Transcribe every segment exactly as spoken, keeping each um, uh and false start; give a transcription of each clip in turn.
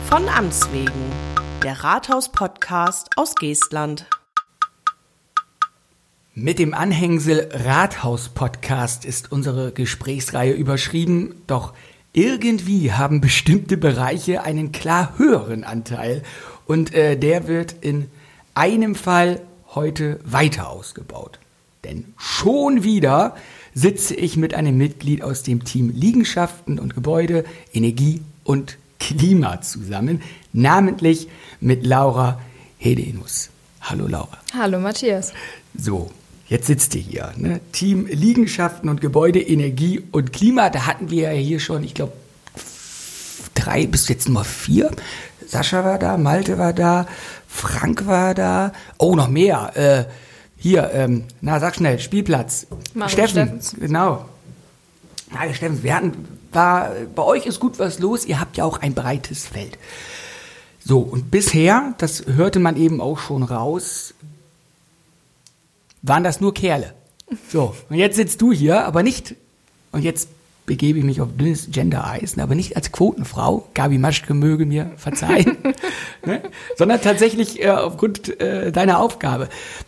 Von Amts wegen, der Rathaus-Podcast aus Geestland. Mit dem Anhängsel Rathaus-Podcast ist unsere Gesprächsreihe überschrieben, doch irgendwie haben bestimmte Bereiche einen klar höheren Anteil und äh, der wird in einem Fall heute weiter ausgebaut. Denn schon wieder sitze ich mit einem Mitglied aus dem Team Liegenschaften und Gebäude, Energie und Klima zusammen, namentlich mit Laura Hedenus. Hallo Laura. Hallo Matthias. So, jetzt sitzt ihr hier, ne? Team Liegenschaften und Gebäude, Energie und Klima. Da hatten wir ja hier schon, ich glaube, drei bis jetzt Nummer vier. Sascha war da, Malte war da, Frank war da. Oh, noch mehr. Äh, hier, ähm, na sag schnell, Spielplatz. Mario Steffen, Steffens. genau. Mario Steffens, wir hatten, war, bei euch ist gut was los, ihr habt ja auch ein breites Feld. So, und bisher, das hörte man eben auch schon raus, waren das nur Kerle. So, und jetzt sitzt du hier, aber nicht, und jetzt begebe ich mich auf dünnes Gender-Eis, aber nicht als Quotenfrau, Gabi Maschke möge mir verzeihen, ne? Sondern tatsächlich äh, aufgrund äh, deiner Aufgabe.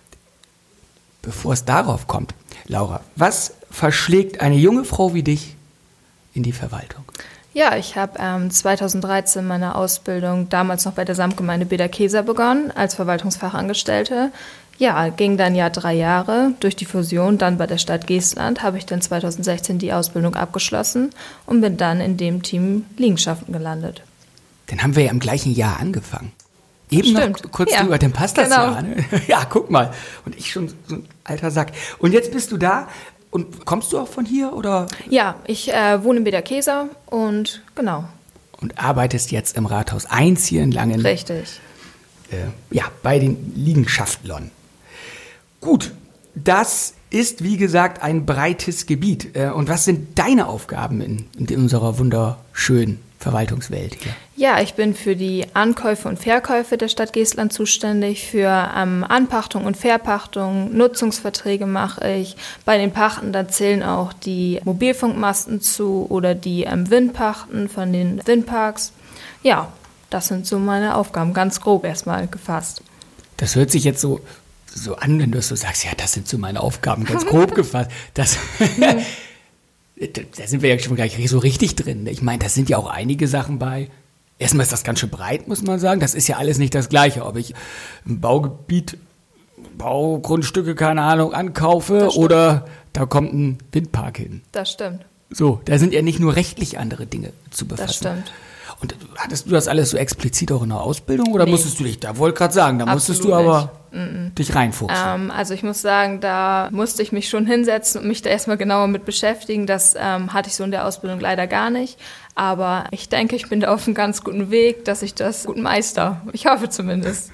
Bevor es darauf kommt, Laura, was verschlägt eine junge Frau wie dich in die Verwaltung? Ja, ich habe ähm, zweitausenddreizehn meine Ausbildung damals noch bei der Samtgemeinde Bederkesa begonnen, als Verwaltungsfachangestellte. Ja, ging dann ja drei Jahre. Durch die Fusion dann bei der Stadt Geestland habe ich dann zweitausendsechzehn die Ausbildung abgeschlossen und bin dann in dem Team Liegenschaften gelandet. Dann haben wir ja im gleichen Jahr angefangen. Eben Stimmt. noch kurz Ja, drüber, dann passt das genau. ja. Ne? Ja, guck mal. Und ich schon so ein alter Sack. Und jetzt bist du da. Und kommst du auch von hier, oder? Ja, ich äh, wohne in Bederkesa und genau. Und arbeitest jetzt im Rathaus eins hier in Langen. Richtig. Äh, ja, bei den Liegenschaftlern. Gut, das ist, wie gesagt, ein breites Gebiet. Äh, und was sind deine Aufgaben in, in unserer wunderschönen Verwaltungswelt hier? Ja, ich bin für die Ankäufe und Verkäufe der Stadt Geestland zuständig. Für ähm, Anpachtung und Verpachtung, Nutzungsverträge mache ich. Bei den Pachten, da zählen auch die Mobilfunkmasten zu oder die ähm, Windpachten von den Windparks. Ja, das sind so meine Aufgaben, ganz grob erstmal gefasst. Das hört sich jetzt so, so an, wenn du so sagst, ja, das sind so meine Aufgaben, ganz grob gefasst. Das... Da sind wir ja schon gleich so richtig drin. Ich meine, da sind ja auch einige Sachen bei. Erstmal ist das ganz schön breit, muss man sagen. Das ist ja alles nicht das Gleiche. Ob ich ein Baugebiet, Baugrundstücke, keine Ahnung, ankaufe oder da kommt ein Windpark hin. Das stimmt. So, da sind ja nicht nur rechtlich andere Dinge zu befassen. Das stimmt. Und hattest du das alles so explizit auch in der Ausbildung oder Nee. musstest du dich, da wollte ich gerade sagen, da musstest Absolut du aber nicht. dich reinfuchsen. Ähm, also ich muss sagen, da musste ich mich schon hinsetzen und mich da erstmal genauer mit beschäftigen. Das ähm, hatte ich so in der Ausbildung leider gar nicht. Aber ich denke, ich bin da auf einem ganz guten Weg, dass ich das gut meister. Ich hoffe zumindest.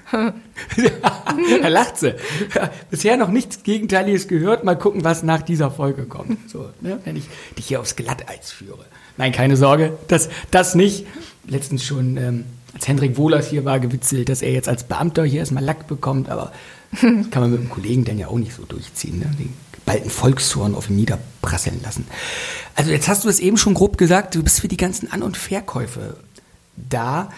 Da lacht sie. Bisher noch nichts Gegenteiliges gehört. Mal gucken, was nach dieser Folge kommt. So, ne? Wenn ich dich hier aufs Glatteis führe. Nein, keine Sorge, das, das nicht. Letztens schon, ähm, als Hendrik Wohlers hier war, gewitzelt, dass er jetzt als Beamter hier erstmal Lack bekommt. Aber das kann man mit dem Kollegen dann ja auch nicht so durchziehen. Ne? Den geballten Volkshorn auf ihn niederprasseln lassen. Also jetzt hast du es eben schon grob gesagt, du bist für die ganzen An- und Verkäufe da.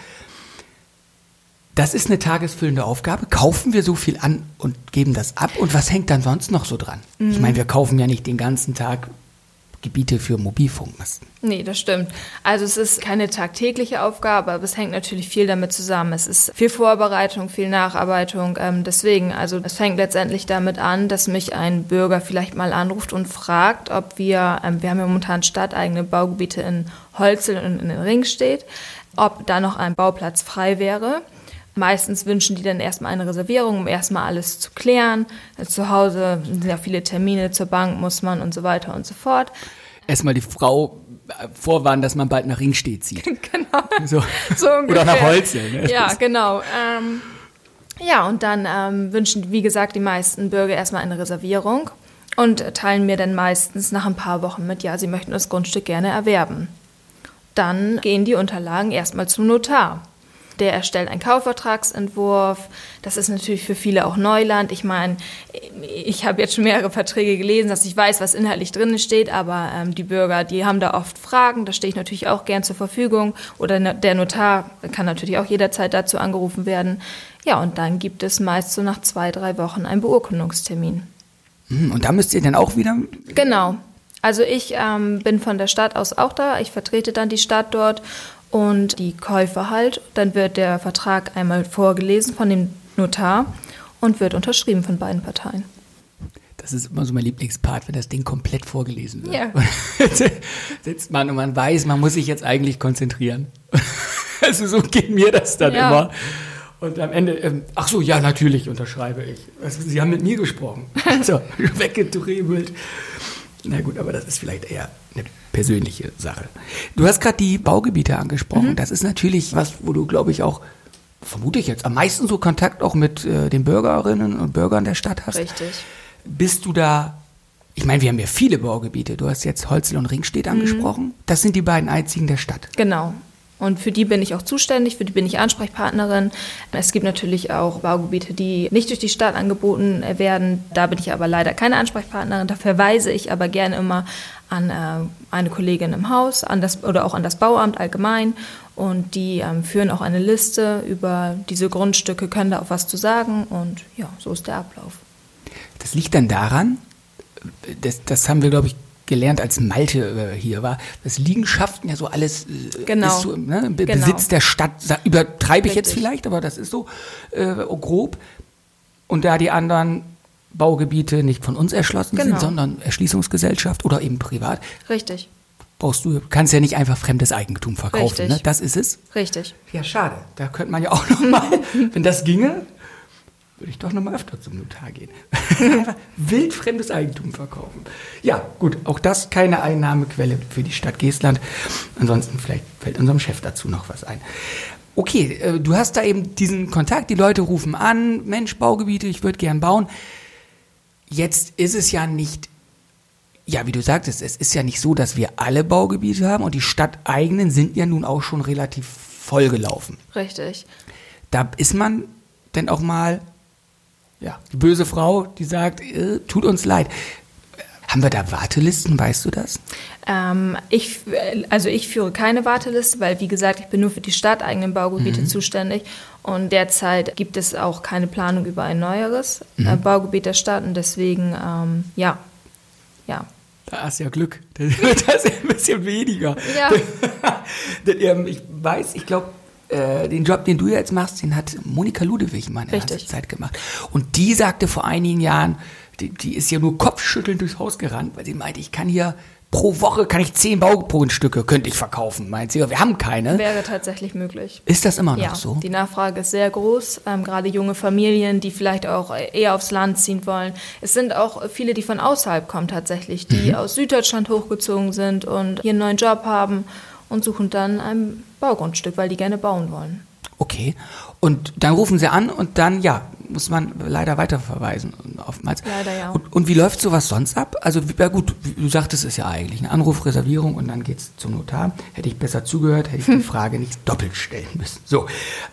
Das ist eine tagesfüllende Aufgabe. Kaufen wir so viel an und geben das ab? Und was hängt dann sonst noch so dran? Mhm. Ich meine, wir kaufen ja nicht den ganzen Tag Gebiete für Mobilfunkmasten. Nee, das stimmt. Also es ist keine tagtägliche Aufgabe, aber es hängt natürlich viel damit zusammen. Es ist viel Vorbereitung, viel Nacharbeitung. Ähm, deswegen, also es fängt letztendlich damit an, dass mich ein Bürger vielleicht mal anruft und fragt, ob wir, ähm, wir haben ja momentan stadteigene Baugebiete in Holzel und in den Ringstedt, ob da noch ein Bauplatz frei wäre. Meistens wünschen die dann erstmal eine Reservierung, um erstmal alles zu klären. Zu Hause sind ja viele Termine, zur Bank muss man und so weiter und so fort. Erstmal die Frau vorwarnen, dass man bald nach Ringstedt zieht. Genau. So. So ungefähr. Oder nach Holzel. Ne? Ja, genau. Ähm, ja, und dann ähm, wünschen, wie gesagt, die meisten Bürger erstmal eine Reservierung und teilen mir dann meistens nach ein paar Wochen mit, ja, sie möchten das Grundstück gerne erwerben. Dann gehen die Unterlagen erstmal zum Notar. Der erstellt einen Kaufvertragsentwurf. Das ist natürlich für viele auch Neuland. Ich meine, ich habe jetzt schon mehrere Verträge gelesen, dass ich weiß, was inhaltlich drin steht, aber ähm, die Bürger, die haben da oft Fragen. Da stehe ich natürlich auch gern zur Verfügung. Oder der Notar kann natürlich auch jederzeit dazu angerufen werden. Ja, und dann gibt es meist so nach zwei, drei Wochen einen Beurkundungstermin. Und da müsst ihr dann auch wieder... Genau. Also ich ähm, bin von der Stadt aus auch da. Ich vertrete dann die Stadt dort. Und die Käufer halt, dann wird der Vertrag einmal vorgelesen von dem Notar und wird unterschrieben von beiden Parteien. Das ist immer so mein Lieblingspart, wenn das Ding komplett vorgelesen wird. Ja. Sitzt man und man weiß, man muss sich jetzt eigentlich konzentrieren. Also so geht mir das dann ja. immer. Und am Ende, ähm, ach so, ja, natürlich unterschreibe ich. Also, Sie haben mit mir gesprochen. So, weggetrübelt. Na gut, aber das ist vielleicht eher eine persönliche Sache. Du hast gerade die Baugebiete angesprochen. Mhm. Das ist natürlich was, wo du, glaube ich, auch, vermute ich jetzt, am meisten so Kontakt auch mit äh, den Bürgerinnen und Bürgern der Stadt hast. Richtig. Bist du da, ich meine, wir haben ja viele Baugebiete. Du hast jetzt Holzel und Ringstedt angesprochen. Mhm. Das sind die beiden einzigen der Stadt. Genau. Und für die bin ich auch zuständig, für die bin ich Ansprechpartnerin. Es gibt natürlich auch Baugebiete, die nicht durch die Stadt angeboten werden. Da bin ich aber leider keine Ansprechpartnerin. Da verweise ich aber gerne immer an äh, eine Kollegin im Haus an das, oder auch an das Bauamt allgemein. Und die ähm, führen auch eine Liste über diese Grundstücke, können da auch was zu sagen. Und ja, so ist der Ablauf. Das liegt dann daran, das, das haben wir, glaube ich, gelernt, als Malte äh, hier war, dass Liegenschaften ja so alles äh, genau. ist so, ne, Be- genau. Besitz der Stadt, übertreibe ich Richtig. jetzt vielleicht, aber das ist so äh, grob. Und da die anderen Baugebiete nicht von uns erschlossen genau. sind, sondern Erschließungsgesellschaft oder eben privat, Richtig. brauchst du, kannst ja nicht einfach fremdes Eigentum verkaufen. Richtig. Ne? Das ist es. Richtig. Ja, schade. Da könnte man ja auch noch mal, wenn das ginge, würde ich doch noch mal öfter zum Notar gehen. Einfach wildfremdes Eigentum verkaufen. Ja, gut, auch das keine Einnahmequelle für die Stadt Geestland. Ansonsten vielleicht fällt unserem Chef dazu noch was ein. Okay, äh, du hast da eben diesen Kontakt, die Leute rufen an, Mensch, Baugebiete, ich würde gern bauen. Jetzt ist es ja nicht, ja, wie du sagtest, es ist ja nicht so, dass wir alle Baugebiete haben und die stadteigenen sind ja nun auch schon relativ vollgelaufen. Richtig. Da ist man denn auch mal, ja, die böse Frau, die sagt, äh, tut uns leid. Haben wir da Wartelisten, weißt du das? Ähm, ich, also ich führe keine Warteliste, weil, wie gesagt, ich bin nur für die stadteigenen Baugebiete mhm. zuständig. Und derzeit gibt es auch keine Planung über ein neueres mhm. äh, Baugebiet der Stadt. Und deswegen, ähm, ja, ja. Da hast du ja Glück. Das wird das ein bisschen weniger. Ja. Ich weiß, ich glaube, den Job, den du jetzt machst, den hat Monika Ludewig mal in der ganzen Zeit gemacht. Und die sagte vor einigen Jahren, die, die ist ja nur kopfschüttelnd durchs Haus gerannt, weil sie meinte, ich kann hier pro Woche, kann ich zehn Baugrundstücke, könnte ich verkaufen. Meint sie, wir haben keine. Wäre tatsächlich möglich. Ist das immer noch ja, so? Die Nachfrage ist sehr groß, ähm, gerade junge Familien, die vielleicht auch eher aufs Land ziehen wollen. Es sind auch viele, die von außerhalb kommen tatsächlich, die mhm. aus Süddeutschland hochgezogen sind und hier einen neuen Job haben und suchen dann ein Baugrundstück, weil die gerne bauen wollen. Okay. Und dann rufen sie an und dann, ja, muss man leider weiterverweisen oftmals. Leider, ja. Und, und wie läuft sowas sonst ab? Also, ja gut, du sagtest es ja eigentlich, eine Anrufreservierung und dann geht's zum Notar. Hätte ich besser zugehört, hätte ich die Frage nicht doppelt stellen müssen. So.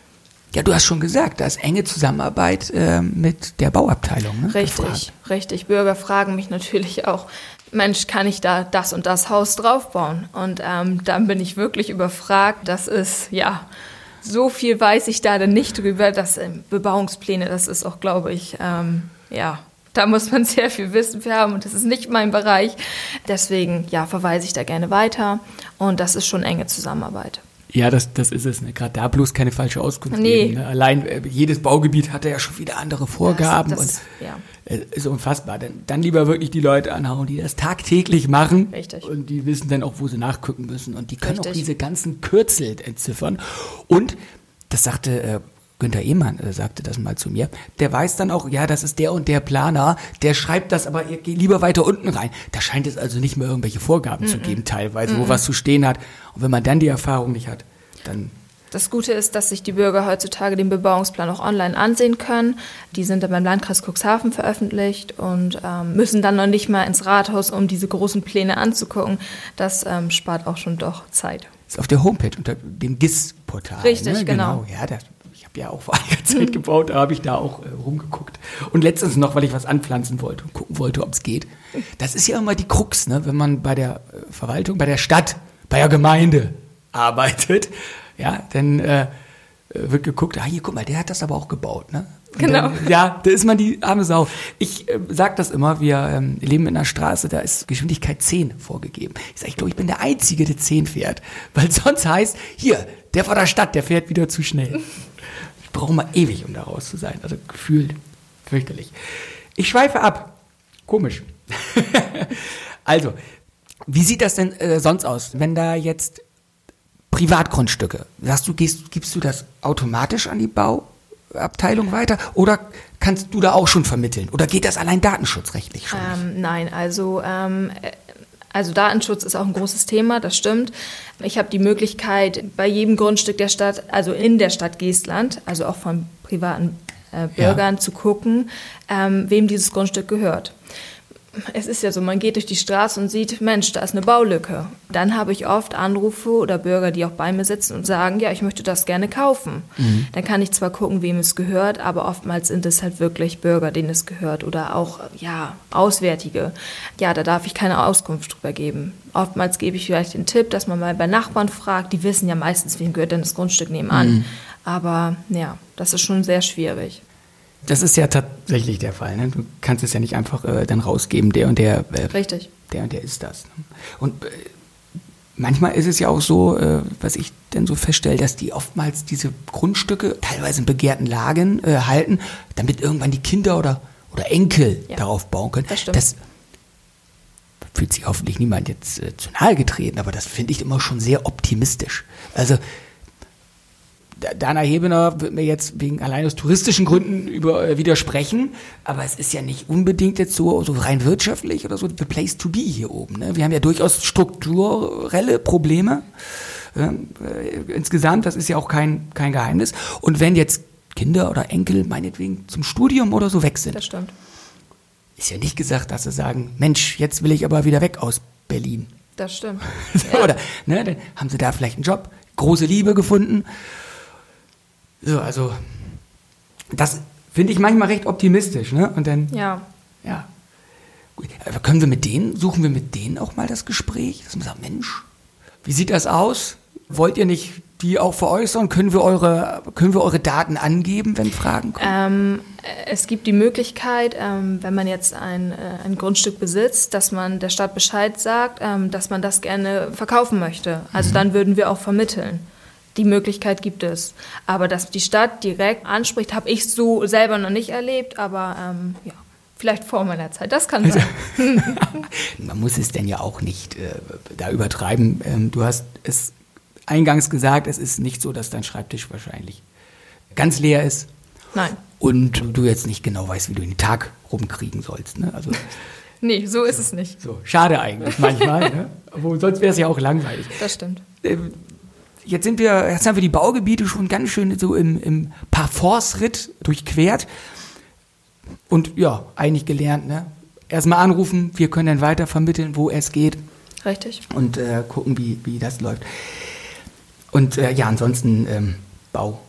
Ja, du hast schon gesagt, da ist enge Zusammenarbeit äh, mit der Bauabteilung, ne? Richtig, gefragt. Richtig. Bürger fragen mich natürlich auch, Mensch, kann ich da das und das Haus draufbauen? Und ähm, dann bin ich wirklich überfragt. Das ist, ja, so viel weiß ich da denn nicht drüber. Das ähm, Bebauungspläne, das ist auch, glaube ich, ähm, ja, da muss man sehr viel Wissen für haben und das ist nicht mein Bereich. Deswegen, ja, verweise ich da gerne weiter und das ist schon enge Zusammenarbeit. Ja, das, das ist es. Ne? Gerade da bloß keine falsche Auskunft nee. geben. Ne? Allein äh, jedes Baugebiet hat ja schon wieder andere Vorgaben. Das, das, und ja. äh, ist unfassbar. Dann, dann lieber wirklich die Leute anhauen, die das tagtäglich machen. Richtig. Und die wissen dann auch, wo sie nachgucken müssen. Und die können Richtig. auch diese ganzen Kürzel entziffern. Und das sagte äh, Günther Ehmann, äh, sagte das mal zu mir, der weiß dann auch, ja, das ist der und der Planer, der schreibt das aber lieber weiter unten rein. Da scheint es also nicht mehr irgendwelche Vorgaben mm-mm. zu geben, teilweise, mm-mm. wo was zu stehen hat. Und wenn man dann die Erfahrung nicht hat, dann... Das Gute ist, dass sich die Bürger heutzutage den Bebauungsplan auch online ansehen können. Die sind dann beim Landkreis Cuxhaven veröffentlicht und ähm, müssen dann noch nicht mal ins Rathaus, um diese großen Pläne anzugucken. Das ähm, spart auch schon doch Zeit. Ist auf der Homepage unter dem G I S Portal. Richtig, ne? genau. genau. Ja, das, ich habe ja auch vor einiger Zeit gebaut, da habe ich da auch äh, rumgeguckt. Und letztens noch, weil ich was anpflanzen wollte und gucken wollte, ob es geht. Das ist ja immer die Krux, ne? Wenn man bei der äh, Verwaltung, bei der Stadt, bei der Gemeinde arbeitet, ja, dann äh, wird geguckt, ah, hier, guck mal, der hat das aber auch gebaut, ne? Und genau. Dann, ja, da ist man die arme Sau. Ich äh, sage das immer, wir ähm, leben in einer Straße, da ist Geschwindigkeit zehn vorgegeben. Ich sage, ich glaube, ich bin der Einzige, der zehn fährt. Weil sonst heißt, hier, der vor der Stadt, der fährt wieder zu schnell. Ich brauche mal ewig, um da raus zu sein. Also gefühlt fürchterlich. Ich schweife ab. Komisch. Also, wie sieht das denn äh, sonst aus, wenn da jetzt Privatgrundstücke, sagst du, gehst, gibst du das automatisch an die Bauabteilung weiter oder kannst du da auch schon vermitteln? Oder geht das allein datenschutzrechtlich schon? Ähm, nein, also, ähm, also Datenschutz ist auch ein großes Thema, das stimmt. Ich habe die Möglichkeit, bei jedem Grundstück der Stadt, also in der Stadt Geestland, also auch von privaten äh, Bürgern Ja. zu gucken, ähm, wem dieses Grundstück gehört. Es ist ja so, man geht durch die Straße und sieht, Mensch, da ist eine Baulücke. Dann habe ich oft Anrufe oder Bürger, die auch bei mir sitzen und sagen, ja, ich möchte das gerne kaufen. Mhm. Dann kann ich zwar gucken, wem es gehört, aber oftmals sind es halt wirklich Bürger, denen es gehört oder auch, ja, Auswärtige. Ja, da darf ich keine Auskunft drüber geben. Oftmals gebe ich vielleicht den Tipp, dass man mal bei Nachbarn fragt. Die wissen ja meistens, wem gehört denn das Grundstück nebenan. Mhm. Aber ja, das ist schon sehr schwierig. Das ist ja tatsächlich der Fall. Ne? Du kannst es ja nicht einfach äh, dann rausgeben, der und der. Äh, Richtig. Der und der ist das. Ne? Und äh, manchmal ist es ja auch so, äh, was ich dann so feststelle, dass die oftmals diese Grundstücke teilweise in begehrten Lagen äh, halten, damit irgendwann die Kinder oder, oder Enkel ja. darauf bauen können. Das stimmt. Das fühlt sich hoffentlich niemand jetzt äh, zu nahe getreten, aber das finde ich immer schon sehr optimistisch. Also Dana Hebener wird mir jetzt wegen allein aus touristischen Gründen über, äh, widersprechen, aber es ist ja nicht unbedingt jetzt so, so rein wirtschaftlich oder so the place to be hier oben. Ne? Wir haben ja durchaus strukturelle Probleme äh, insgesamt, das ist ja auch kein, kein Geheimnis. Und wenn jetzt Kinder oder Enkel meinetwegen zum Studium oder so weg sind, das stimmt. Ist ja nicht gesagt, dass sie sagen, Mensch, jetzt will ich aber wieder weg aus Berlin. Das stimmt. so, oder, ne, dann haben sie da vielleicht einen Job, große Liebe gefunden. So, also, das finde ich manchmal recht optimistisch, ne? Und dann, ja. ja. Gut. Aber können wir mit denen, suchen wir mit denen auch mal das Gespräch? Dass man sagt, Mensch, wie sieht das aus? Wollt ihr nicht die auch veräußern? Können wir eure, können wir eure Daten angeben, wenn Fragen kommen? Ähm, es gibt die Möglichkeit, ähm, wenn man jetzt ein, äh, ein Grundstück besitzt, dass man der Stadt Bescheid sagt, ähm, dass man das gerne verkaufen möchte. Also mhm. dann würden wir auch vermitteln. Die Möglichkeit gibt es. Aber dass die Stadt direkt anspricht, habe ich so selber noch nicht erlebt, aber ähm, ja, vielleicht vor meiner Zeit, das kann sein. Man muss es denn ja auch nicht äh, da übertreiben. Ähm, du hast es eingangs gesagt, es ist nicht so, dass dein Schreibtisch wahrscheinlich ganz leer ist. Nein. Und du jetzt nicht genau weißt, wie du den Tag rumkriegen sollst. Ne? Also, nee, so ist es nicht. So, schade eigentlich manchmal. ne? Aber sonst wäre es ja auch langweilig. Das stimmt. Ähm, Jetzt sind wir, jetzt haben wir die Baugebiete schon ganz schön so im, im Parforce-Ritt durchquert und ja, eigentlich gelernt, ne? Erstmal anrufen, wir können dann weiter vermitteln, wo es geht. Richtig. Und äh, gucken, wie, wie das läuft. Und äh, ja, ansonsten ähm, Bauteam,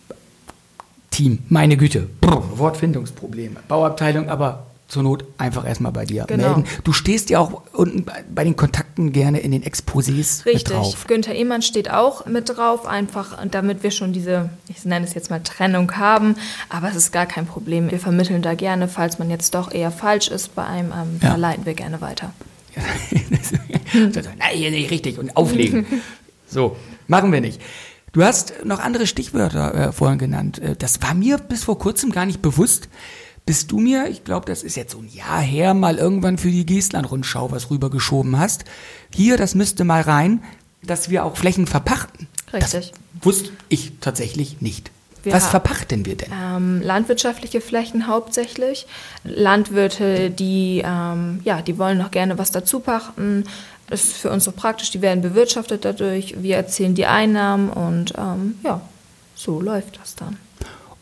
meine Güte, Brr, Wortfindungsprobleme, Bauabteilung, aber zur Not einfach erstmal bei dir genau. melden. Du stehst ja auch unten bei den Kontakten gerne in den Exposés Richtig. mit drauf. Günther Ehmann steht auch mit drauf, einfach damit wir schon diese, ich nenne es jetzt mal Trennung haben, aber es ist gar kein Problem. Wir vermitteln da gerne, falls man jetzt doch eher falsch ist bei einem, ähm, ja. da leiten wir gerne weiter. Ja. Nein, hier nicht richtig und auflegen. So, machen wir nicht. Du hast noch andere Stichwörter äh, vorhin genannt. Das war mir bis vor kurzem gar nicht bewusst. Bist du mir, ich glaube, das ist jetzt so ein Jahr her, mal irgendwann für die Geestland-Rundschau was rübergeschoben hast. Hier, das müsste mal rein, dass wir auch Flächen verpachten. Richtig. Das wusste ich tatsächlich nicht. Wir was ha- verpachten wir denn? Ähm, landwirtschaftliche Flächen hauptsächlich. Landwirte, die, ähm, ja, die wollen noch gerne was dazu pachten. Das ist für uns so praktisch, die werden bewirtschaftet dadurch. Wir erzielen die Einnahmen und ähm, ja, so läuft das dann.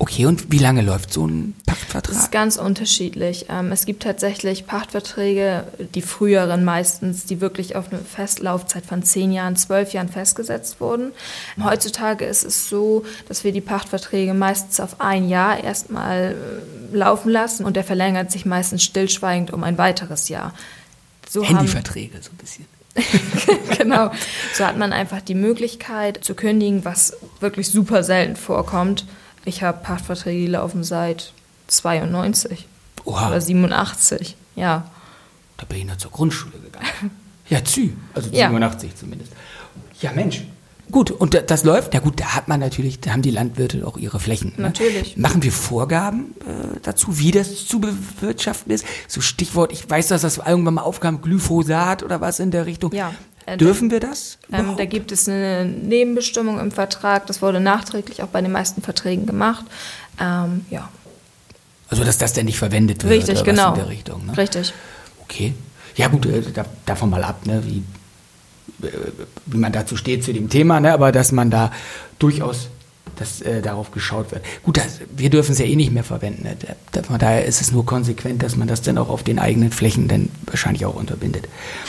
Okay, und wie lange läuft so ein Pachtvertrag? Das ist ganz unterschiedlich. Ähm, es gibt tatsächlich Pachtverträge, die früheren meistens, die wirklich auf eine Festlaufzeit von zehn Jahren, zwölf Jahren festgesetzt wurden. Heutzutage ist es so, dass wir die Pachtverträge meistens auf ein Jahr erstmal laufen lassen und der verlängert sich meistens stillschweigend um ein weiteres Jahr. So Handyverträge so ein bisschen. Genau. So hat man einfach die Möglichkeit zu kündigen, was wirklich super selten vorkommt. Ich habe Pachtverträge, die laufen seit zweiundneunzig Oha. Oder siebenundachtzig, ja. Da bin ich noch zur Grundschule gegangen. Ja, Zü, also Ja. siebenundachtzig zumindest. Ja, Mensch. Gut, und das läuft? Ja gut, da hat man natürlich, da haben die Landwirte auch ihre Flächen. Ne? Natürlich. Machen wir Vorgaben äh, dazu, wie das zu bewirtschaften ist? So Stichwort, ich weiß, dass das irgendwann mal aufkam, Glyphosat oder was in der Richtung. Ja. Äh, Dürfen wir das? Ähm, da gibt es eine Nebenbestimmung im Vertrag. Das wurde nachträglich auch bei den meisten Verträgen gemacht. Ähm, ja. Also, dass das denn nicht verwendet wird? Richtig, oder genau. was in der Richtung, ne? Richtig. Okay. Ja gut, äh, da, davon mal ab, ne, wie, äh, wie man dazu steht zu dem Thema, ne, aber dass man da durchaus dass, äh, darauf geschaut wird. Gut, das, wir dürfen es ja eh nicht mehr verwenden. Ne? Da, von daher ist es nur konsequent, dass man das dann auch auf den eigenen Flächen dann wahrscheinlich auch unterbindet.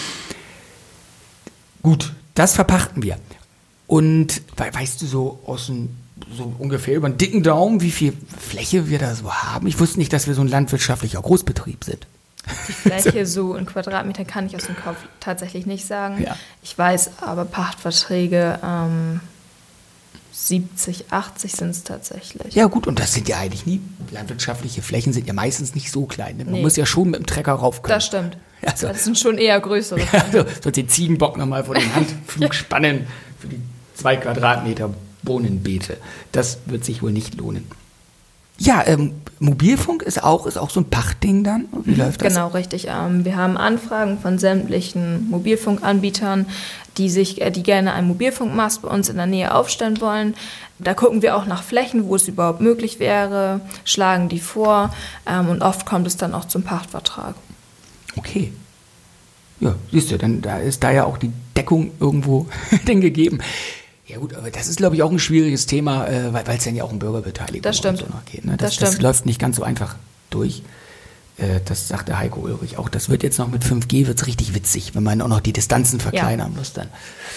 Gut, das verpachten wir. Und we- weißt du so aus dem, so ungefähr über einen dicken Daumen, wie viel Fläche wir da so haben? Ich wusste nicht, dass wir so ein landwirtschaftlicher Großbetrieb sind. Die Fläche so in Quadratmetern kann ich aus dem Kopf tatsächlich nicht sagen. Ja. Ich weiß aber, Pachtverträge ähm, siebzig, achtzig sind es tatsächlich. Ja gut, und das sind ja eigentlich nie, landwirtschaftliche Flächen sind ja meistens nicht so klein. Ne? Man Nee. muss ja schon mit dem Trecker rauf können. Das stimmt. Also- Das sind schon eher größere. Also, so den Ziegenbock nochmal vor den Handflug spannen für die zwei Quadratmeter Bohnenbeete. Das wird sich wohl nicht lohnen. Ja, ähm, Mobilfunk ist auch, ist auch so ein Pachtding dann. Wie läuft das? Genau, richtig. Ähm, wir haben Anfragen von sämtlichen Mobilfunkanbietern, die sich, äh, die gerne einen Mobilfunkmast bei uns in der Nähe aufstellen wollen. Da gucken wir auch nach Flächen, wo es überhaupt möglich wäre, schlagen die vor ähm, und oft kommt es dann auch zum Pachtvertrag. Okay. Ja, siehst du, dann da ist da ja auch die Deckung irgendwo denn gegeben. Ja gut, aber das ist, glaube ich, auch ein schwieriges Thema, äh, weil es dann ja auch um Bürgerbeteiligung Das stimmt. und so noch geht. Ne? Das, Das das stimmt. läuft nicht ganz so einfach durch. Äh, das sagte Heiko Ulrich auch. Das wird jetzt noch mit fünf G wird's richtig witzig, wenn man auch noch die Distanzen verkleinern muss dann.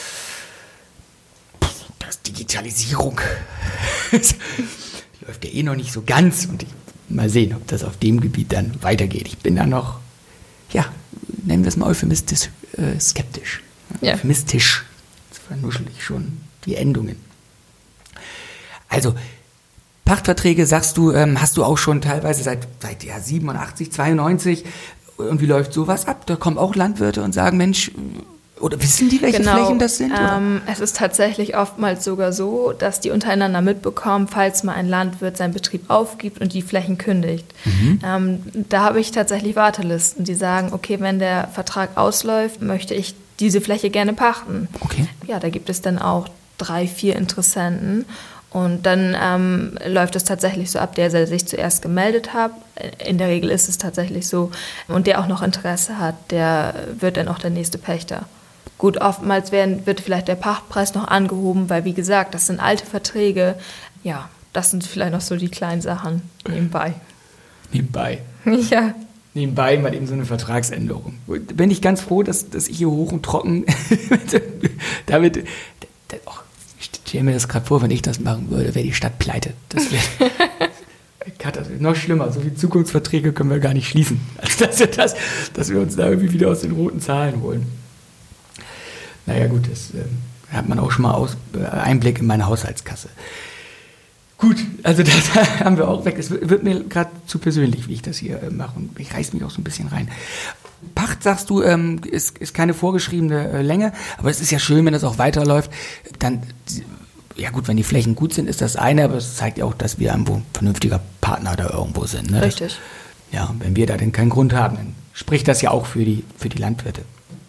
Puh, das Digitalisierung die läuft ja eh noch nicht so ganz. Und ich, mal sehen, ob das auf dem Gebiet dann weitergeht. Ich bin da noch, ja, nennen wir es mal euphemistisch, äh, skeptisch. Ja. Euphemistisch. Jetzt vernuschel ich schon die Endungen. Also, Pachtverträge, sagst du, ähm, hast du auch schon teilweise seit, seit ja, siebenundachtzig, zweiundneunzig. Und wie läuft sowas ab? Da kommen auch Landwirte und sagen, Mensch, oder wissen die, welche Flächen das sind? Oder? Ähm, es ist tatsächlich oftmals sogar so, dass die untereinander mitbekommen, falls mal ein Landwirt seinen Betrieb aufgibt und die Flächen kündigt. Mhm. Ähm, da habe ich tatsächlich Wartelisten, die sagen, okay, wenn der Vertrag ausläuft, möchte ich diese Fläche gerne pachten. Okay. Ja, da gibt es dann auch drei, vier Interessenten. Und dann ähm, läuft es tatsächlich so ab, der der sich zuerst gemeldet hat. In der Regel ist es tatsächlich so. Und der auch noch Interesse hat, der wird dann auch der nächste Pächter. Gut, oftmals werden, wird vielleicht der Pachtpreis noch angehoben, weil, wie gesagt, das sind alte Verträge. Ja, das sind vielleicht noch so die kleinen Sachen nebenbei. Nebenbei. Ja. Nebenbei mal eben so eine Vertragsänderung. Bin ich ganz froh, dass, dass ich hier hoch und trocken damit, da, da, oh, ich stelle mir das gerade vor, wenn ich das machen würde, wäre die Stadt pleite. Das wäre noch schlimmer. So viele Zukunftsverträge können wir gar nicht schließen, als dass wir, das, dass wir uns da irgendwie wieder aus den roten Zahlen holen. Naja gut, das äh, hat man auch schon mal aus, äh, Einblick in meine Haushaltskasse. Gut, also das haben wir auch weg. Es wird mir gerade zu persönlich, wie ich das hier äh, mache. Und ich reiß mich auch so ein bisschen rein. Pacht, sagst du, ähm, ist, ist keine vorgeschriebene äh, Länge, aber es ist ja schön, wenn das auch weiterläuft. Dann, ja gut, wenn die Flächen gut sind, ist das eine, aber es zeigt ja auch, dass wir irgendwo ein vernünftiger Partner da irgendwo sind. Ne? Richtig. Das, ja, wenn wir da denn keinen Grund haben, dann spricht das ja auch für die, für die Landwirte.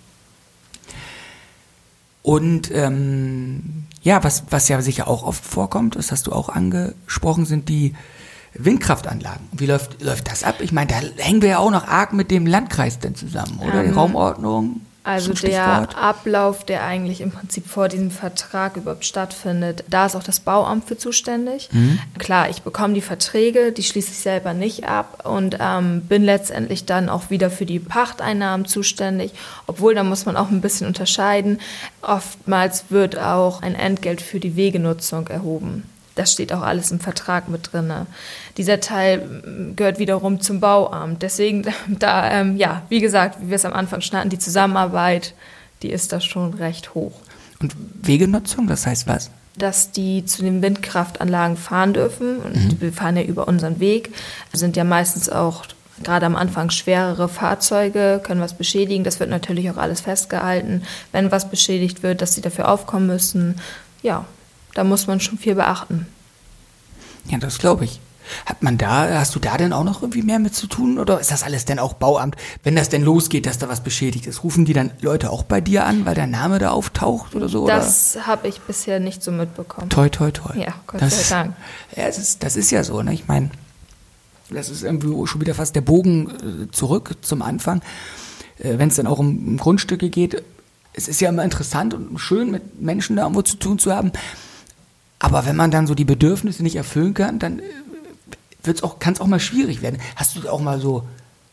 Und ähm, ja, was, was ja sicher auch oft vorkommt, das hast du auch angesprochen, sind die Windkraftanlagen. Wie läuft, läuft das ab? Ich meine, da hängen wir ja auch noch arg mit dem Landkreis denn zusammen, oder? Die Ähm, Raumordnung? Also der Ablauf, der eigentlich im Prinzip vor diesem Vertrag überhaupt stattfindet, da ist auch das Bauamt für zuständig. Mhm. Klar, ich bekomme die Verträge, die schließe ich selber nicht ab und ähm, bin letztendlich dann auch wieder für die Pachteinnahmen zuständig. Obwohl, da muss man auch ein bisschen unterscheiden. Oftmals wird auch ein Entgelt für die Wegenutzung erhoben. Das steht auch alles im Vertrag mit drin. Dieser Teil gehört wiederum zum Bauamt. Deswegen, da, ähm, ja, wie gesagt, wie wir es am Anfang schon hatten, die Zusammenarbeit, die ist da schon recht hoch. Und Wegenutzung, das heißt was? Dass die zu den Windkraftanlagen fahren dürfen. Und mhm. wir fahren ja über unseren Weg. Das sind ja meistens auch gerade am Anfang schwerere Fahrzeuge, können was beschädigen. Das wird natürlich auch alles festgehalten. Wenn was beschädigt wird, dass sie dafür aufkommen müssen. Ja, da muss man schon viel beachten. Ja, das glaube ich. Hat man da, hast du da denn auch noch irgendwie mehr mit zu tun? Oder ist das alles denn auch Bauamt? Wenn das denn losgeht, dass da was beschädigt ist, rufen die dann Leute auch bei dir an, weil der Name da auftaucht oder so? Das habe ich bisher nicht so mitbekommen. Toi, toi, toi. Ja, Gott das, sei Dank. Ja, es ist, das ist ja so, ne? Ich meine, das ist irgendwie schon wieder fast der Bogen zurück zum Anfang. Wenn es dann auch um, um Grundstücke geht, es ist ja immer interessant und schön, mit Menschen da irgendwo zu tun zu haben. Aber wenn man dann so die Bedürfnisse nicht erfüllen kann, dann wird's auch, kann es auch mal schwierig werden. Hast du auch mal so,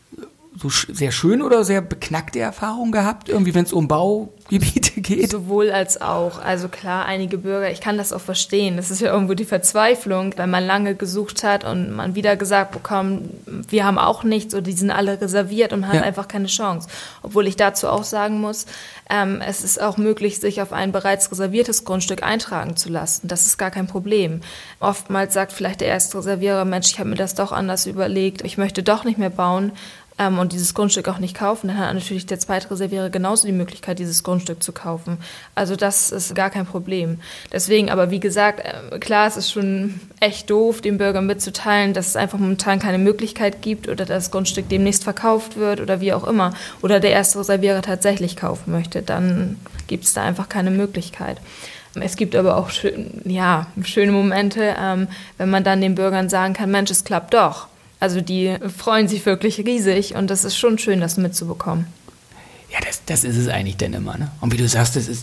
so sehr schön oder sehr beknackte Erfahrungen gehabt, irgendwie, wenn es um Baugebiete geht? Sowohl als auch. Also klar, einige Bürger, ich kann das auch verstehen. Das ist ja irgendwo die Verzweiflung, weil man lange gesucht hat und man wieder gesagt bekommt, wir haben auch nichts oder die sind alle reserviert und man hat ja einfach keine Chance. Obwohl ich dazu auch sagen muss, ähm, es ist auch möglich, sich auf ein bereits reserviertes Grundstück eintragen zu lassen. Das ist gar kein Problem. Oftmals sagt vielleicht der Erstreservierer, Mensch, ich habe mir das doch anders überlegt, ich möchte doch nicht mehr bauen. Ähm, und dieses Grundstück auch nicht kaufen, dann hat natürlich der Zweitreservierer genauso die Möglichkeit, dieses Grundstück zu kaufen. Also das ist gar kein Problem. Deswegen, aber wie gesagt, äh, klar, es ist schon echt doof, den Bürgern mitzuteilen, dass es einfach momentan keine Möglichkeit gibt oder das Grundstück demnächst verkauft wird oder wie auch immer. Oder der Erstreservierer tatsächlich kaufen möchte, dann gibt es da einfach keine Möglichkeit. Es gibt aber auch schön, ja, schöne Momente, ähm, wenn man dann den Bürgern sagen kann, Mensch, es klappt doch. Also die freuen sich wirklich riesig und das ist schon schön, das mitzubekommen. Ja, das, das ist es eigentlich denn immer. Ne? Und wie du sagst, das ist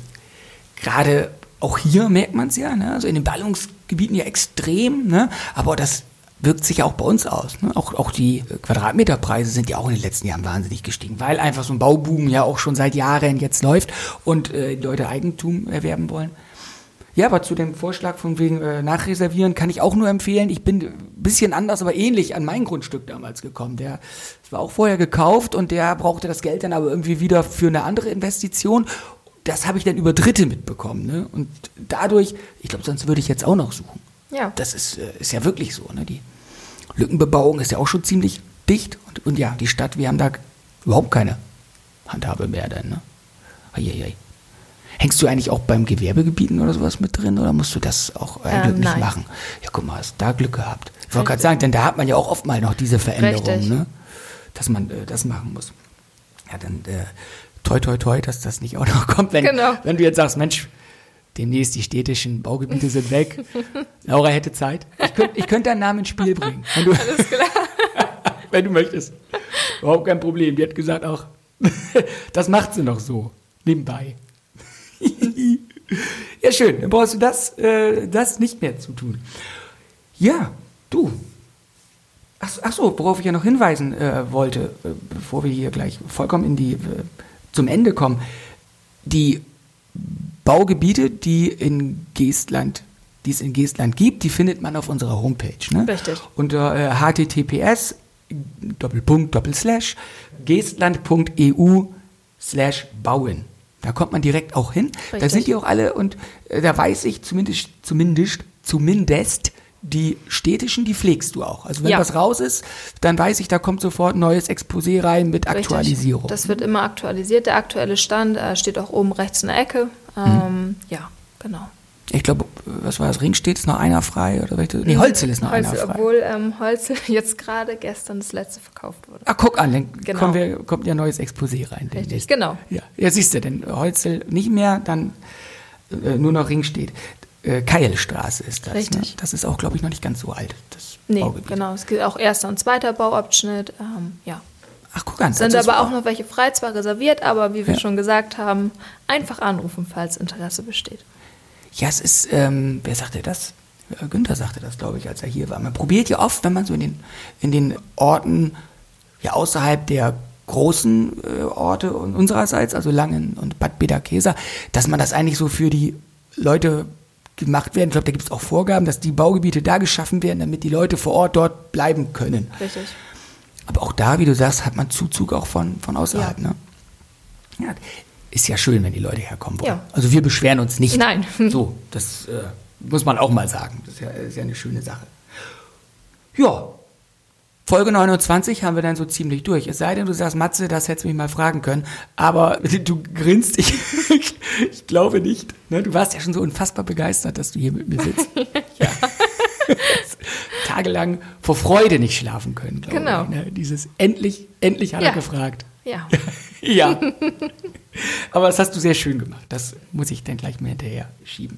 gerade auch hier merkt man es ja, ne? Also in den Ballungsgebieten ja extrem, ne? Aber das wirkt sich ja auch bei uns aus. Ne? Auch, auch die Quadratmeterpreise sind ja auch in den letzten Jahren wahnsinnig gestiegen, weil einfach so ein Bauboom ja auch schon seit Jahren jetzt läuft und äh, die Leute Eigentum erwerben wollen. Ja, aber zu dem Vorschlag von wegen äh, Nachreservieren kann ich auch nur empfehlen. Ich bin ein bisschen anders, aber ähnlich an mein Grundstück damals gekommen. Der das war auch vorher gekauft und der brauchte das Geld dann aber irgendwie wieder für eine andere Investition. Das habe ich dann über Dritte mitbekommen. Ne? Und dadurch, ich glaube, sonst würde ich jetzt auch noch suchen. Ja. Das ist, äh, ist ja wirklich so. Ne? Die Lückenbebauung ist ja auch schon ziemlich dicht. Und, und ja, die Stadt, wir haben da überhaupt keine Handhabe mehr dann. Ne? Eieiei. Hängst du eigentlich auch beim Gewerbegebieten oder sowas mit drin oder musst du das auch äh, ähm, nicht machen? Ja, guck mal, hast da Glück gehabt. Ich wollte gerade sagen, denn da hat man ja auch oft mal noch diese Veränderung, ne? Dass man äh, das machen muss. Ja, dann äh, toi, toi, toi, dass das nicht auch noch kommt. Wenn, genau. wenn du jetzt sagst, Mensch, demnächst die städtischen Baugebiete sind weg. Laura hätte Zeit. Ich könnte ich könnt deinen Namen ins Spiel bringen. Wenn du, Alles klar. Wenn du möchtest. Überhaupt kein Problem. Die hat gesagt auch, das macht sie noch so, nebenbei. Ja, schön. Dann brauchst du das, äh, das nicht mehr zu tun. Ja, du. Ach, ach so, worauf ich ja noch hinweisen äh, wollte, äh, bevor wir hier gleich vollkommen in die, äh, zum Ende kommen. Die Baugebiete, die in Geestland, die es in Geestland gibt, die findet man auf unserer Homepage. Ne? Richtig. Unter äh, h t t p s Doppelpunkt Doppelslash geestland.eu slash bauen. Da kommt man direkt auch hin. Richtig. Da sind die auch alle und äh, da weiß ich zumindest, zumindest, zumindest die städtischen, die pflegst du auch. Also wenn ja. was raus ist, dann weiß ich, da kommt sofort ein neues Exposé rein mit Aktualisierung. Richtig. Das wird immer aktualisiert. Der aktuelle Stand äh, steht auch oben rechts in der Ecke. Ähm, hm. Ja, genau. Ich glaube, was war das? Ringstedt ist noch einer frei? Oder welche? Nee, Holzel ist noch Holzel, einer frei. Obwohl ähm, Holzel jetzt gerade gestern das letzte verkauft wurde. Ah, guck an, dann genau. kommen wir, kommt ja ein neues Exposé rein. Richtig, genau. Ja. ja, siehst du, denn Holzel nicht mehr, dann äh, nur noch Ringstedt. Äh, Keilstraße ist das. Richtig. Ne? Das ist auch, glaube ich, noch nicht ganz so alt, das nee, Baugebiet. Genau, es gibt auch erster und zweiter Bauabschnitt. Ähm, ja. Ach, guck an. Sind das ist aber auch super. noch welche frei, zwar reserviert, aber wie wir Ja. schon gesagt haben, einfach anrufen, falls Interesse besteht. Ja, es ist, ähm, wer sagte das? Äh, Günther sagte das, glaube ich, als er hier war. Man probiert ja oft, wenn man so in den, in den Orten, ja, außerhalb der großen äh, Orte und unsererseits, also Langen und Bad Bederkesa, dass man das eigentlich so für die Leute gemacht werden. Ich glaube, da gibt es auch Vorgaben, dass die Baugebiete da geschaffen werden, damit die Leute vor Ort dort bleiben können. Richtig. Aber auch da, wie du sagst, hat man Zuzug auch von, von außerhalb. Ja. Ne? Ja, ist ja schön, wenn die Leute herkommen wollen. Ja. Also wir beschweren uns nicht. Nein. So, das äh, muss man auch mal sagen. Das ist ja, ist ja eine schöne Sache. Ja, Folge neunundzwanzig haben wir dann so ziemlich durch. Es sei denn, du sagst, Matze, das hättest du mich mal fragen können. Aber du grinst, ich, ich glaube nicht. Ne? Du warst ja schon so unfassbar begeistert, dass du hier mit mir sitzt. Ja. Tagelang vor Freude nicht schlafen können, glaube Genau. ich. Ne? Dieses endlich, endlich hat Ja. er gefragt. Ja. Ja. Aber das hast du sehr schön gemacht. Das muss ich dann gleich mal hinterher schieben.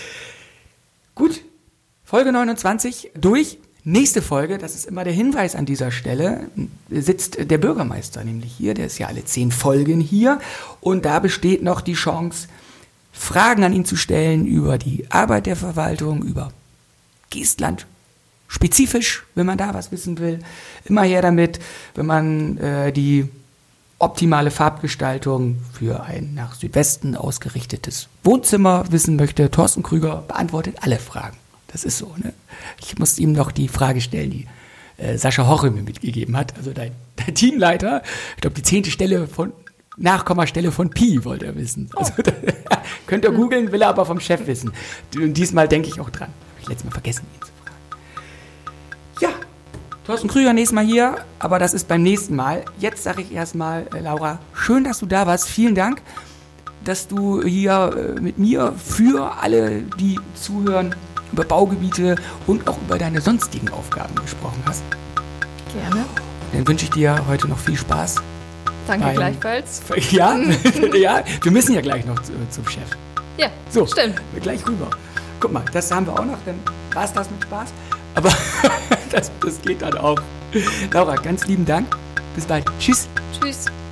Gut, Folge neunundzwanzig durch. Nächste Folge, das ist immer der Hinweis an dieser Stelle, sitzt der Bürgermeister nämlich hier. Der ist ja alle zehn Folgen hier. Und da besteht noch die Chance, Fragen an ihn zu stellen über die Arbeit der Verwaltung, über Geestland spezifisch, wenn man da was wissen will. Immer her damit, wenn man äh, die optimale Farbgestaltung für ein nach Südwesten ausgerichtetes Wohnzimmer wissen möchte. Thorsten Krüger beantwortet alle Fragen. Das ist so, ne? Ich musste ihm noch die Frage stellen, die äh, Sascha Hoche mir mitgegeben hat. Also dein, dein Teamleiter, ich glaube die zehnte Stelle von Nachkommastelle von Pi wollte er wissen. Also, da, könnt ihr googeln, will er aber vom Chef wissen. Und diesmal denke ich auch dran. Habe ich letztes Mal vergessen, ihn zu fragen. Ja, Thorsten Krüger nächstes Mal hier, aber das ist beim nächsten Mal. Jetzt sage ich erstmal, äh, Laura, schön, dass du da warst. Vielen Dank, dass du hier äh, mit mir für alle, die zuhören, über Baugebiete und auch über deine sonstigen Aufgaben gesprochen hast. Gerne. Dann wünsche ich dir heute noch viel Spaß. Danke Beim- gleichfalls. Ja, ja, wir müssen ja gleich noch zu, zum Chef. Ja, So, stimmt. gleich rüber. Guck mal, das haben wir auch noch, dann war es das mit Spaß. Aber das, das geht dann auch. Laura, ganz lieben Dank. Bis bald. Tschüss. Tschüss.